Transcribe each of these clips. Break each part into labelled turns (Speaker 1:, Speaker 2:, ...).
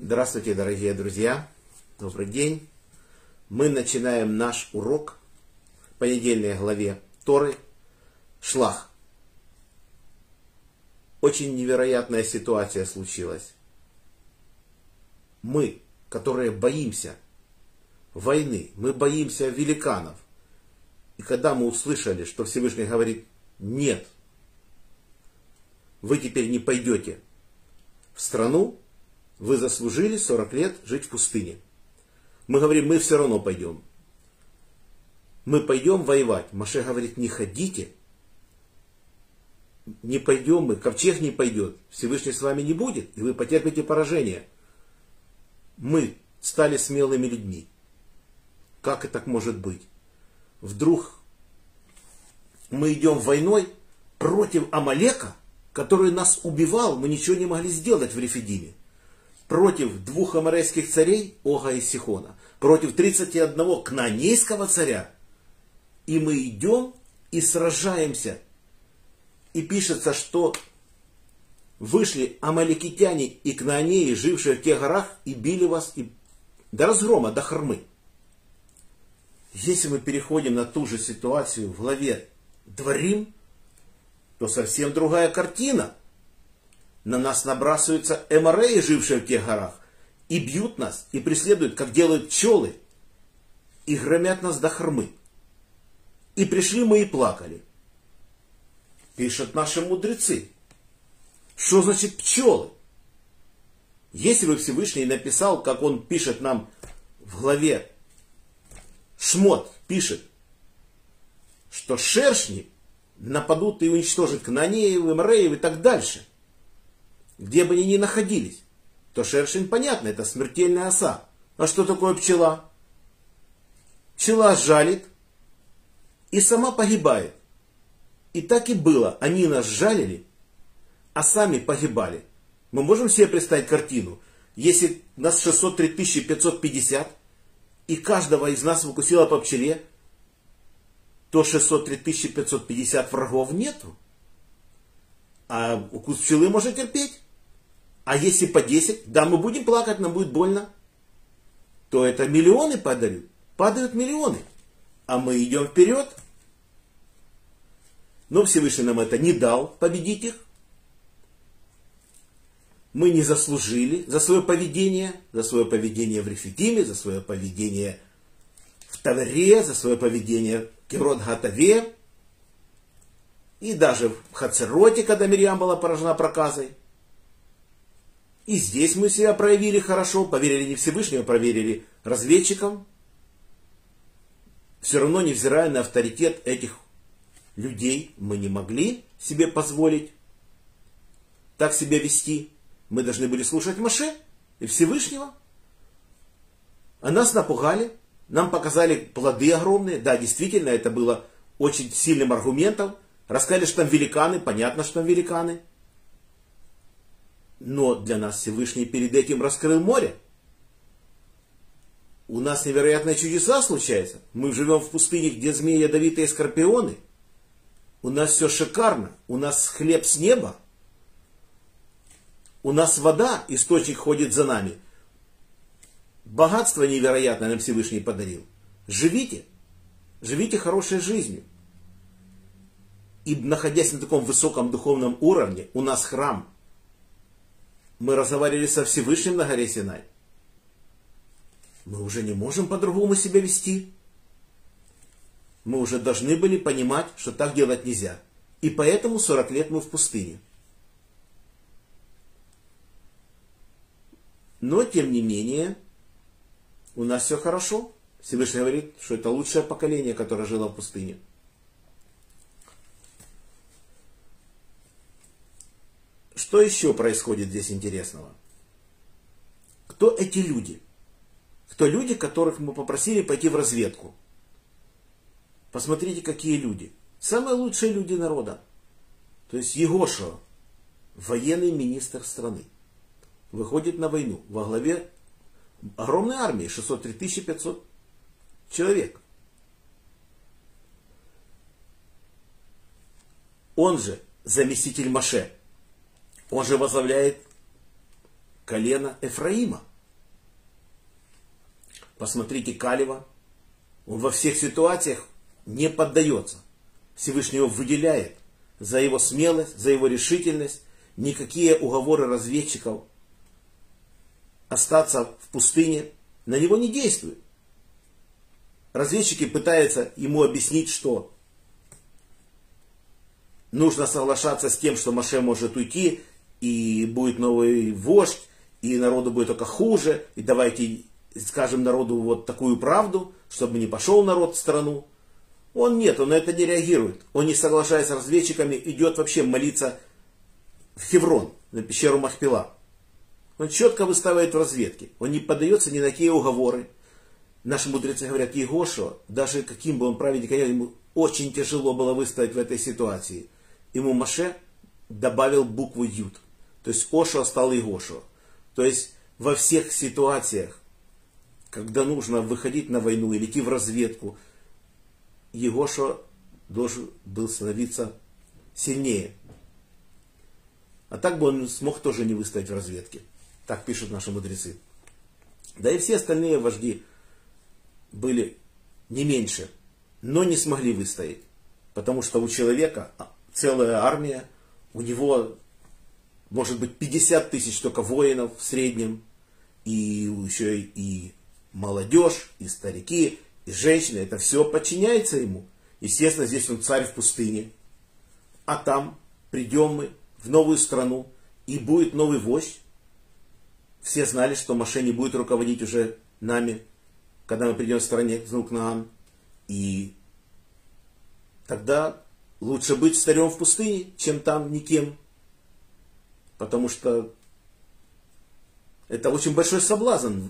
Speaker 1: Здравствуйте, дорогие друзья! Добрый день! Мы начинаем наш урок по недельной главе Торы Шлах. Очень невероятная ситуация случилась. Мы, которые боимся войны, мы боимся великанов. И когда мы услышали, что Всевышний говорит: нет, вы теперь не пойдете в страну, вы заслужили 40 лет жить в пустыне. Мы говорим: мы все равно пойдем. Мы пойдем воевать. Моше говорит: не ходите. Не пойдем мы, ковчег не пойдет. Всевышний с вами не будет, и вы потерпите поражение. Мы стали смелыми людьми. Как это так может быть? Вдруг мы идем войной против Амалека, который нас убивал, мы ничего не могли сделать в Рефидиме. Против двух аморейских царей, Ога и Сихона. Против 31 кнаанейского царя. И мы идем и сражаемся. И пишется, что вышли амалекитяне и кнаанеи, жившие в тех горах, и били вас до разгрома, до Хормы. Если мы переходим на ту же ситуацию в главе Дворим, то совсем другая картина. На нас набрасываются эмореи, жившие в тех горах, и бьют нас, и преследуют, как делают пчелы, и громят нас до Хормы. И пришли мы и плакали. Пишут наши мудрецы. Что значит пчелы? Если бы Всевышний написал, как он пишет нам в главе Шмот, пишет, что шершни нападут и уничтожат кнаанеев, эмореев и так дальше, где бы они ни находились, то шершень, понятно, это смертельная оса. А что такое пчела? Пчела жалит и сама погибает. И так и было. Они нас жалили, а сами погибали. Мы можем себе представить картину, если нас 603 550, и каждого из нас укусило по пчеле, то 603 550 врагов нету. А укус пчелы можно терпеть. А если по 10, да, мы будем плакать, нам будет больно. То это миллионы падают. Падают миллионы. А мы идем вперед. Но Всевышний нам это не дал, победить их. Мы не заслужили за свое поведение в Рефидиме, за свое поведение в Тавре, за свое поведение в Киврот-Гатаве. И даже в Хацероте, когда Мирьям была поражена проказой. И здесь мы себя проявили хорошо, поверили не Всевышнему, проверили разведчикам. Все равно, невзирая на авторитет этих людей, мы не могли себе позволить так себя вести. Мы должны были слушать Моше и Всевышнего. А нас напугали, нам показали плоды огромные. Да, действительно, это было очень сильным аргументом. Рассказали, что там великаны, понятно, что там великаны. Но для нас Всевышний перед этим раскрыл море. У нас невероятные чудеса случаются. Мы живем в пустыне, где змеи ядовитые, скорпионы. У нас все шикарно. У нас хлеб с неба. У нас вода, источник ходит за нами. Богатство невероятное нам Всевышний подарил. Живите. Живите хорошей жизнью. И находясь на таком высоком духовном уровне, у нас храм. Мы разговаривали со Всевышним на горе Синай. Мы уже не можем по-другому себя вести. Мы уже должны были понимать, что так делать нельзя. И поэтому 40 лет мы в пустыне. Но, тем не менее, у нас все хорошо. Всевышний говорит, что это лучшее поколение, которое жило в пустыне. Что еще происходит здесь интересного? Кто эти люди? Кто люди, которых мы попросили пойти в разведку? Посмотрите, какие люди. Самые лучшие люди народа. То есть Егошуа, военный министр страны, выходит на войну во главе огромной армии, 603 500 человек. Он же заместитель Моше. Он же возглавляет колено Эфраима. Посмотрите Калева. Он во всех ситуациях не поддается. Всевышний его выделяет за его смелость, за его решительность. Никакие уговоры разведчиков остаться в пустыне на него не действуют. Разведчики пытаются ему объяснить, что нужно соглашаться с тем, что Моше может уйти, и будет новый вождь, и народу будет только хуже, и давайте скажем народу вот такую правду, чтобы не пошел народ в страну. Он нет, он на это не реагирует. Он не соглашается с разведчиками, идет вообще молиться в Хеврон, на пещеру Махпела. Он четко выставляет в разведке. Он не поддается ни на какие уговоры. Наши мудрецы говорят, Егошуа, даже каким бы он праведником, ему очень тяжело было выстоять в этой ситуации. Ему Моше добавил букву Юд. То есть Ошуа стал Егошуа. То есть во всех ситуациях, когда нужно выходить на войну или идти в разведку, Егошуа должен был становиться сильнее. А так бы он смог тоже не выстоять в разведке. Так пишут наши мудрецы. Да и все остальные вожди были не меньше, но не смогли выстоять. Потому что у человека целая армия, у него может быть 50 тысяч только воинов в среднем, и еще и молодежь, и старики, и женщины, это все подчиняется ему. Естественно, здесь он царь в пустыне. А там придем мы в новую страну, и будет новый вождь. Все знали, что Моше не будет руководить уже нами, когда мы придем в стране в Кнаан. И тогда лучше быть царем в пустыне, чем там никем. Потому что это очень большой соблазн.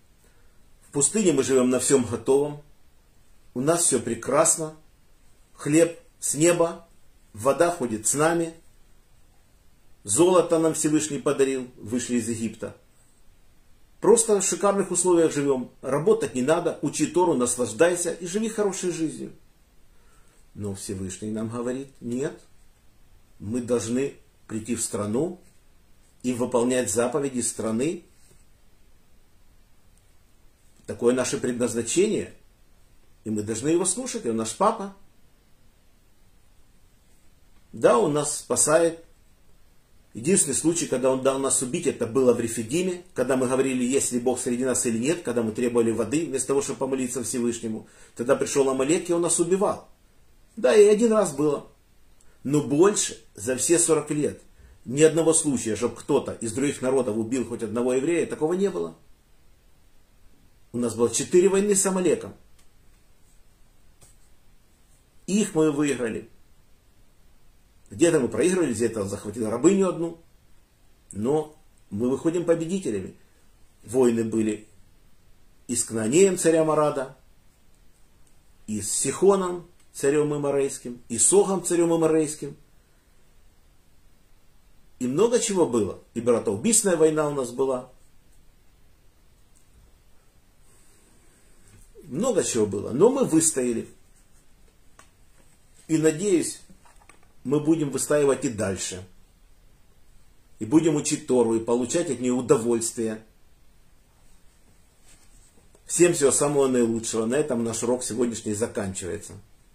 Speaker 1: В пустыне мы живем на всем готовом. У нас все прекрасно. Хлеб с неба, вода ходит с нами. Золото нам Всевышний подарил, вышли из Египта. Просто в шикарных условиях живем. Работать не надо, учи Тору, наслаждайся и живи хорошей жизнью. Но Всевышний нам говорит, нет. Мы должны прийти в страну и выполнять заповеди страны. Такое наше предназначение. И мы должны его слушать. И он наш папа. Да, он нас спасает. Единственный случай, когда он дал нас убить, это было в Рефидиме, когда мы говорили, есть ли Бог среди нас или нет, когда мы требовали воды, вместо того, чтобы помолиться Всевышнему. Тогда пришел Амалек, и он нас убивал. Да, и один раз было. Но больше за все 40 лет ни одного случая, чтобы кто-то из других народов убил хоть одного еврея, такого не было. У нас было 4 войны с Амалеком. Их мы выиграли. Где-то мы проигрывали, где-то он захватил рабыню одну. Но мы выходим победителями. Войны были и с Кнаанеем, царем Арада, и с Сихоном, царем Эморейским, и с Огом, царем Эморейским. И много чего было. И братоубийственная война у нас была. Много чего было. Но мы выстояли. И надеюсь, мы будем выстаивать и дальше. И будем учить Тору, и получать от нее удовольствие. Всем всего самого наилучшего. На этом наш урок сегодняшний заканчивается.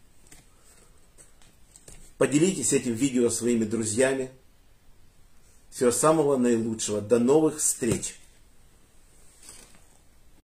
Speaker 1: Поделитесь этим видео своими друзьями. Всего самого наилучшего. До новых встреч!